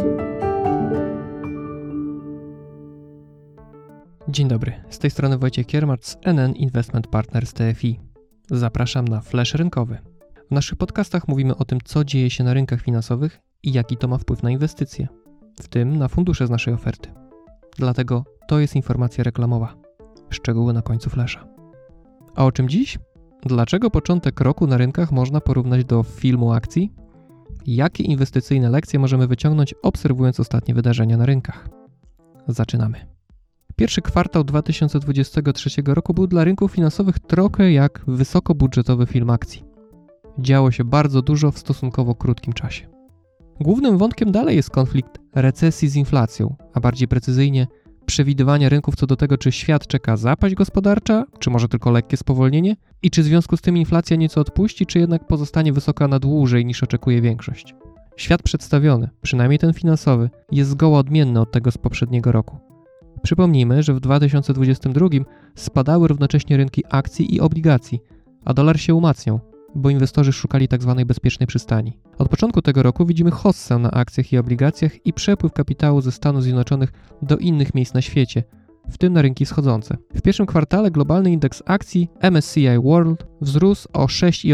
Dzień dobry, z tej strony Wojciech Kiermacz z NN Investment Partners TFI. Zapraszam na Flash Rynkowy. W naszych podcastach mówimy o tym, co dzieje się na rynkach finansowych i jaki to ma wpływ na inwestycje, w tym na fundusze z naszej oferty. Dlatego to jest informacja reklamowa. Szczegóły na końcu Flasha. A o czym dziś? Dlaczego początek roku na rynkach można porównać do filmu akcji? Jakie inwestycyjne lekcje możemy wyciągnąć, obserwując ostatnie wydarzenia na rynkach? Zaczynamy. Pierwszy kwartał 2023 roku był dla rynków finansowych trochę jak wysokobudżetowy film akcji. Działo się bardzo dużo w stosunkowo krótkim czasie. Głównym wątkiem dalej jest konflikt recesji z inflacją, a bardziej precyzyjnie przewidywania rynków co do tego, czy świat czeka zapaść gospodarcza, czy może tylko lekkie spowolnienie i czy w związku z tym inflacja nieco odpuści, czy jednak pozostanie wysoka na dłużej niż oczekuje większość. Świat przedstawiony, przynajmniej ten finansowy, jest zgoła odmienny od tego z poprzedniego roku. Przypomnijmy, że w 2022 spadały równocześnie rynki akcji i obligacji, a dolar się umacniał, bo inwestorzy szukali tzw. bezpiecznej przystani. Od początku tego roku widzimy hossę na akcjach i obligacjach i przepływ kapitału ze Stanów Zjednoczonych do innych miejsc na świecie, w tym na rynki wschodzące. W pierwszym kwartale globalny indeks akcji MSCI World wzrósł o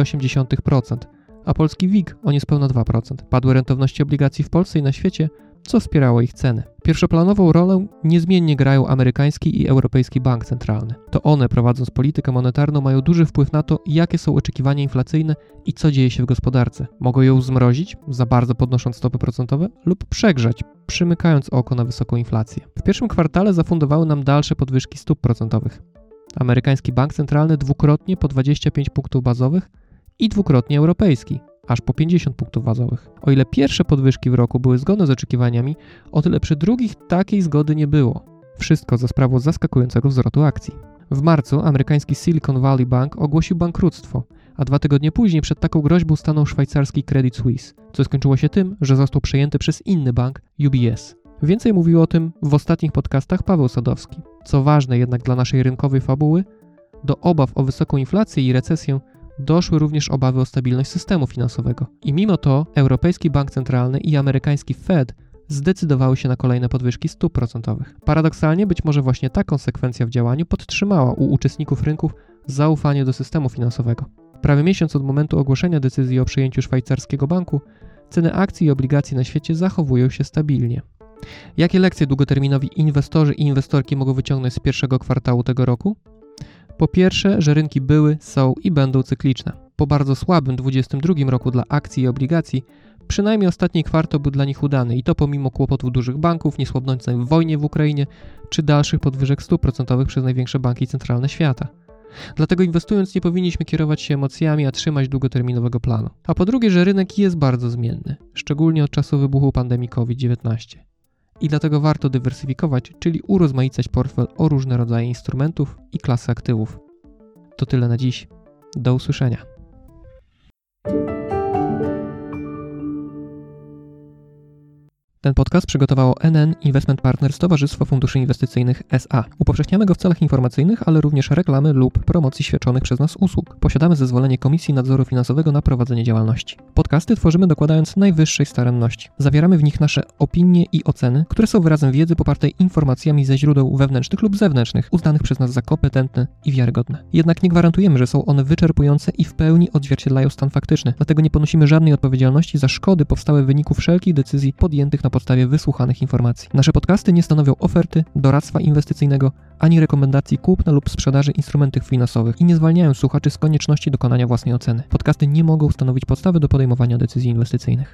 6,8%, a polski WIG o niespełna 2%. Padły rentowności obligacji w Polsce i na świecie, co wspierało ich ceny. Pierwszoplanową rolę niezmiennie grają amerykański i europejski bank centralny. To one, prowadząc politykę monetarną, mają duży wpływ na to, jakie są oczekiwania inflacyjne i co dzieje się w gospodarce. Mogą ją zmrozić, za bardzo podnosząc stopy procentowe, lub przegrzać, przymykając oko na wysoką inflację. W pierwszym kwartale zafundowały nam dalsze podwyżki stóp procentowych. Amerykański bank centralny dwukrotnie po 25 punktów bazowych i dwukrotnie europejski, aż po 50 punktów bazowych. O ile pierwsze podwyżki w roku były zgodne z oczekiwaniami, o tyle przy drugich takiej zgody nie było. Wszystko za sprawą zaskakującego wzrostu akcji. W marcu amerykański Silicon Valley Bank ogłosił bankructwo, a 2 tygodnie później przed taką groźbą stanął szwajcarski Credit Suisse, co skończyło się tym, że został przejęty przez inny bank, UBS. Więcej mówił o tym w ostatnich podcastach Paweł Sadowski. Co ważne jednak dla naszej rynkowej fabuły, do obaw o wysoką inflację i recesję doszły również obawy o stabilność systemu finansowego. I mimo to Europejski Bank Centralny i amerykański Fed zdecydowały się na kolejne podwyżki stóp procentowych. Paradoksalnie być może właśnie ta konsekwencja w działaniu podtrzymała u uczestników rynków zaufanie do systemu finansowego. Prawie miesiąc od momentu ogłoszenia decyzji o przejęciu szwajcarskiego banku, ceny akcji i obligacji na świecie zachowują się stabilnie. Jakie lekcje długoterminowi inwestorzy i inwestorki mogą wyciągnąć z pierwszego kwartału tego roku? Po pierwsze, że rynki były, są i będą cykliczne. Po bardzo słabym 2022 roku dla akcji i obligacji, przynajmniej ostatni kwartał był dla nich udany i to pomimo kłopotów dużych banków, niesłabnącej wojnie w Ukrainie czy dalszych podwyżek stóp procentowych przez największe banki centralne świata. Dlatego inwestując nie powinniśmy kierować się emocjami, a trzymać długoterminowego planu. A po drugie, że rynek jest bardzo zmienny, szczególnie od czasu wybuchu pandemii COVID-19. I dlatego warto dywersyfikować, czyli urozmaicać portfel o różne rodzaje instrumentów i klasy aktywów. To tyle na dziś. Do usłyszenia. Ten podcast przygotowało NN Investment Partners Towarzystwo Funduszy Inwestycyjnych S.A. Upowszechniamy go w celach informacyjnych, ale również reklamy lub promocji świadczonych przez nas usług. Posiadamy zezwolenie Komisji Nadzoru Finansowego na prowadzenie działalności. Podcasty tworzymy dokładając najwyższej staranności. Zawieramy w nich nasze opinie i oceny, które są wyrazem wiedzy popartej informacjami ze źródeł wewnętrznych lub zewnętrznych, uznanych przez nas za kompetentne i wiarygodne. Jednak nie gwarantujemy, że są one wyczerpujące i w pełni odzwierciedlają stan faktyczny, dlatego nie ponosimy żadnej odpowiedzialności za szkody powstałe w wyniku wszelkich decyzji podjętych na podstawie wysłuchanych informacji. Nasze podcasty nie stanowią oferty, doradztwa inwestycyjnego, ani rekomendacji kupna lub sprzedaży instrumentów finansowych i nie zwalniają słuchaczy z konieczności dokonania własnej oceny. Podcasty nie mogą stanowić podstawy do podejmowania decyzji inwestycyjnych.